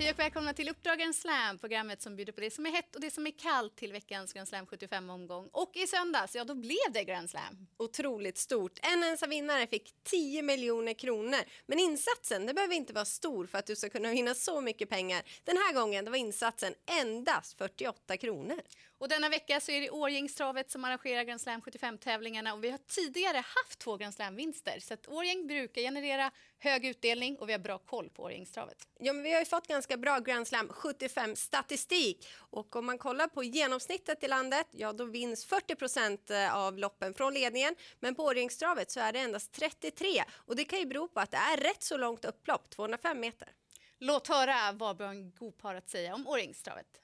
Hej och välkomna till Uppdrag Grand Slam, programmet som bjuder på det som är hett och det som är kallt till veckans Grand Slam 75-omgång. Och i söndags, ja då blev det Grand Slam. Otroligt stort. En ensam vinnare fick 10 miljoner kronor. Men insatsen, det behöver inte vara stor för att du ska kunna vinna så mycket pengar. Den här gången, det var insatsen endast 48 kronor. Och denna vecka så är det Årjängstravet som arrangerar Grand Slam 75-tävlingarna. Och vi har tidigare haft 2 Grand Slam-vinster. Så att Årjäng brukar generera hög utdelning och vi har bra koll på Årjängstravet. Ja, men vi har ju fått ganska bra Grand Slam 75-statistik. Och om man kollar på genomsnittet i landet, ja då vinns 40% av loppen från ledningen. Men på Årjängstravet så är det endast 33. Och det kan ju bero på att det är rätt så långt upplopp, 205 meter. Låt höra vad Björn Goop har att säga om Årjängstravet.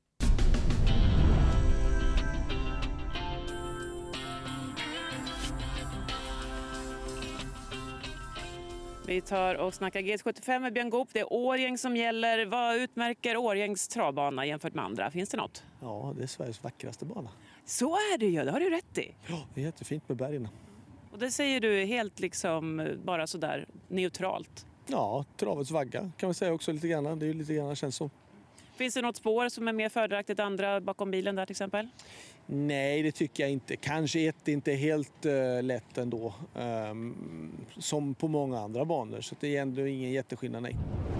Vi tar och snackar GS75 med Björn Goop. Det är Årjäng som gäller. Vad utmärker Årjängs travbana jämfört med andra? Finns det något? Ja, det är Sveriges vackraste bana. Så är det ju, det har du rätt i. Ja, det är jättefint med bergen. Och det säger du helt liksom bara sådär neutralt. Ja, travets vagga kan man säga också lite grann. Det är ju lite grann känns som. Finns det något spår som är mer fördelaktigt än andra bakom bilen där till exempel? Nej, det tycker jag inte. Kanske ett inte helt lätt ändå. Som på många andra banor. Så det är ändå ingen jätteskillnad, nej.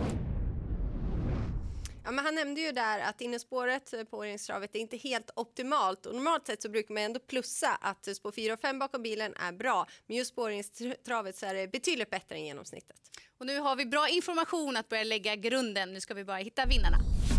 Ja, men han nämnde ju där att innespåret på Årjängstravet är inte helt optimalt. Och normalt sett så brukar man ändå plussa att spår 4 och 5 bakom bilen är bra. Men just på Årjängstravet så är det betydligt bättre än genomsnittet. Och nu har vi bra information att börja lägga grunden. Nu ska vi bara hitta vinnarna.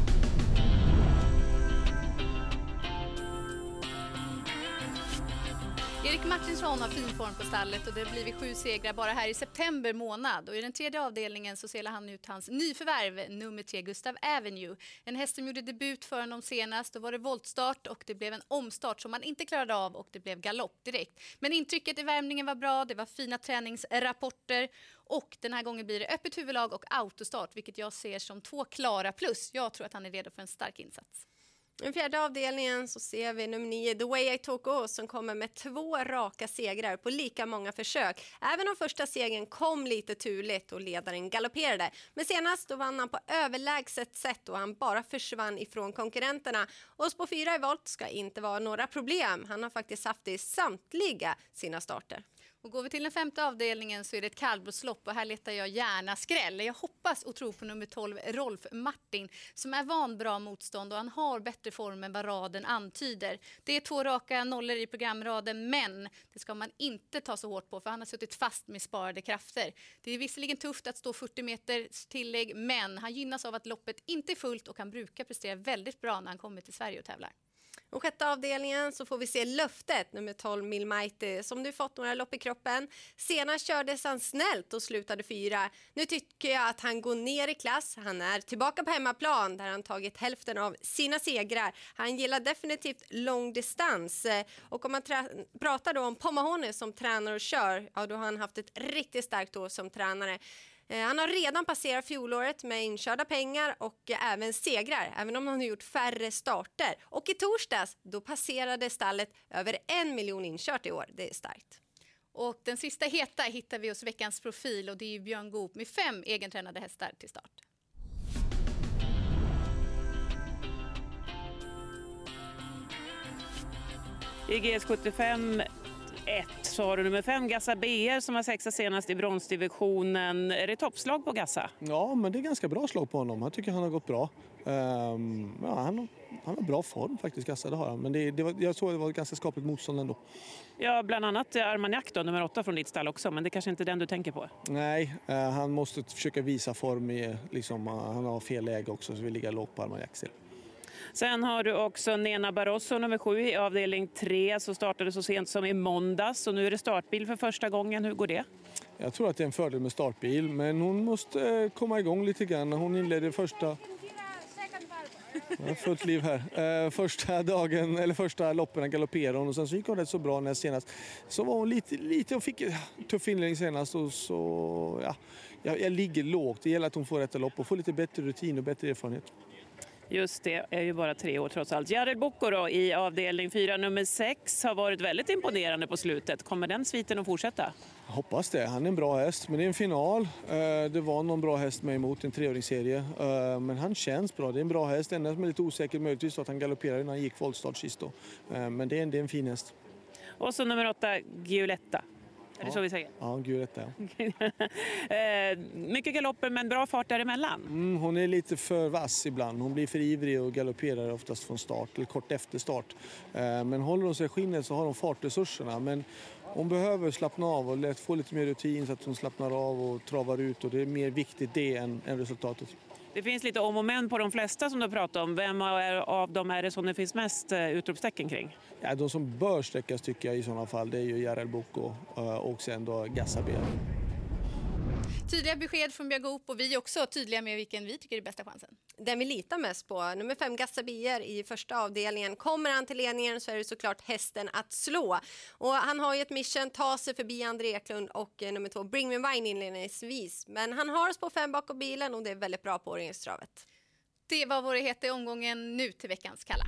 Erik Martinsson har fin form på stallet och det har blivit 7 segrar bara här i september månad. Och i den tredje avdelningen så ser han ut hans nyförvärv, nummer 3 Gustav Avenue. En häst som gjorde debut för honom senast. Då var det voltstart och det blev en omstart som man inte klarade av och det blev galopp direkt. Men intrycket i värmningen var bra, det var fina träningsrapporter och den här gången blir det öppet huvudlag och autostart, vilket jag ser som 2 klara plus. Jag tror att han är redo för en stark insats. I den fjärde avdelningen så ser vi nummer 9 The Way I Talk Oss som kommer med 2 raka segrar på lika många försök. Även om första segern kom lite turligt och ledaren galopperade. Men senast då vann han på överlägset sätt och han bara försvann ifrån konkurrenterna. Och spår 4 i volt ska inte vara några problem. Han har faktiskt haft det i samtliga sina starter. Och går vi till den femte avdelningen så är det ett kallblodslopp och här letar jag gärna skräll. Jag hoppas och tror på nummer 12 Rolf Martin som är van bra motstånd och han har bättre form än vad raden antyder. Det är 2 raka nollor i programraden men det ska man inte ta så hårt på för han har suttit fast med sparade krafter. Det är visserligen tufft att stå 40 meters tillägg men han gynnas av att loppet inte är fullt och han brukar prestera väldigt bra när han kommer till Sverige och tävlar. Och sjätte avdelningen så får vi se löftet nummer 12 Milmighty som du fått några lopp i kroppen. Senast kördes han snällt och slutade 4. Nu tycker jag att han går ner i klass. Han är tillbaka på hemmaplan där han tagit hälften av sina segrar. Han gillar definitivt långdistans. Och om man pratar då om Pomahony som tränar och kör, ja då har han haft ett riktigt starkt år som tränare. Han har redan passerat fjolåret med inkörda pengar och även segrar, även om han har gjort färre starter. Och i torsdags, då passerade stallet över 1 miljon inkört i år. Det är starkt. Och den sista heta hittar vi hos veckans profil och det är ju Björn Goop med 5 egentränade hästar till start. I GS75 så har du nummer 5 Gassa BR som var 6 senast i bronsdivisionen. Är det toppslag på Gassa? Ja, men det är ganska bra slag på honom. Jag tycker han har gått bra. Ja, han har bra form faktiskt, Gassa, det har han. Men jag såg att det var ett ganska skapligt motstånd ändå. Ja, bland annat Armagnac då, nummer 8 från ditt stall också. Men det kanske inte är den du tänker på? Nej, han måste försöka visa form i, liksom, han har fel läge också så vi ligger lågt på Armagnac. Sen har du också Nena Barroso nummer 7 i avdelning 3 så startade så sent som i måndags och nu är det startbil för första gången. Hur går det? Jag tror att det är en fördel med startbil men hon måste komma igång lite grann. Hon inledde första fullt liv här. Första dagen eller första loppen galopperade hon och sen så gick hon rätt så bra när senast. Så var hon lite och fick tuff inledning senast och så ja, jag ligger lågt. Det gäller att hon får rätt lopp och får lite bättre rutin och bättre erfarenhet. Just det, är ju bara 3 år trots allt. Jared Bocco då i avdelning 4 nummer 6 har varit väldigt imponerande på slutet. Kommer den sviten att fortsätta? Jag hoppas det. Han är en bra häst, men det är en final. Det var någon bra häst med emot en treåringsserie. Men han känns bra. Det är en bra häst. Det enda som är lite osäkert möjligtvis var att han galopperade när han gick voltstart sist då. Men det är en fin häst. Och så nummer 8, Giuletta. Är det så vi säger? Ja, Giuletta. Mycket galopper men bra fart däremellan. Hon är lite för vass ibland. Hon blir för ivrig och galopperar oftast från start eller kort efter start. Men håller hon sig i skinnet så har hon fartresurserna. Men hon behöver slappna av och få lite mer rutin så att hon slappnar av och travar ut. Och det är mer viktigt det än resultatet. Det finns lite om och men på de flesta som du pratar om. Vem av dem är det som det finns mest utropstecken kring? Ja, de som bör sträckas tycker jag i sådana fall det är ju Jarel Boko och sen då Gassabé. Tydliga besked från Björn Goop och vi är också tydliga med vilken vi tycker är bästa chansen. Den vi litar mest på, nummer 5 Gassabier i första avdelningen. Kommer han till ledningen så är det såklart hästen att slå. Och han har ju ett mission, ta sig förbi André Eklund och nummer 2 Bring Me Wine inledningsvis. Men han har oss på 5 bakom bilen och det är väldigt bra på Årjängstravet. Det var vad det heter i omgången. Nu till veckans kalla.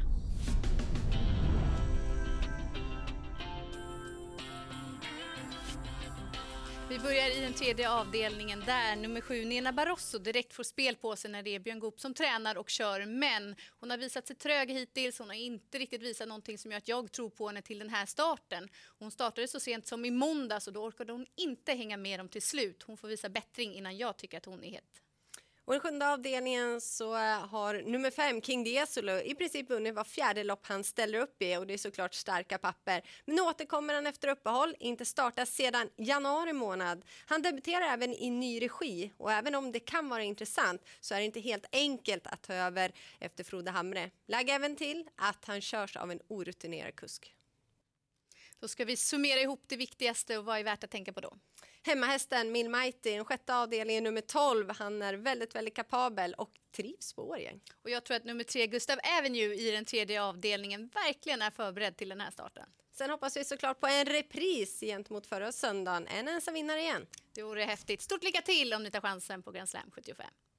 Vi börjar i den tredje avdelningen där nummer 7 Nena Barroso direkt får spel på sig när det är Björn Goop som tränar och kör. Men hon har visat sig trög hittills. Hon har inte riktigt visat någonting som gör att jag tror på henne till den här starten. Hon startade så sent som i måndags och då orkade hon inte hänga med dem till slut. Hon får visa bättring innan jag tycker att hon är het. Och i sjunde avdelningen så har nummer 5 King Diesolo i princip vunnit var fjärde lopp han ställer upp i och det är såklart starka papper. Men nu återkommer han efter uppehåll, inte startat sedan januari månad. Han debuterar även i ny regi och även om det kan vara intressant så är det inte helt enkelt att ta över efter Frode Hamre. Lägg även till att han körs av en orutinerad kusk. Då ska vi summera ihop det viktigaste och vad är värt att tänka på då. Hemmahästen Mil Mighty, den sjätte avdelningen nummer 12. Han är väldigt, väldigt kapabel och trivs på Årjäng. Och jag tror att nummer 3 Gustav Avenue i den tredje avdelningen verkligen är förberedd till den här starten. Sen hoppas vi såklart på en repris gentemot förra söndagen. En ensam vinnare igen. Det vore häftigt. Stort lycka till om ni tar chansen på Grand Slam 75.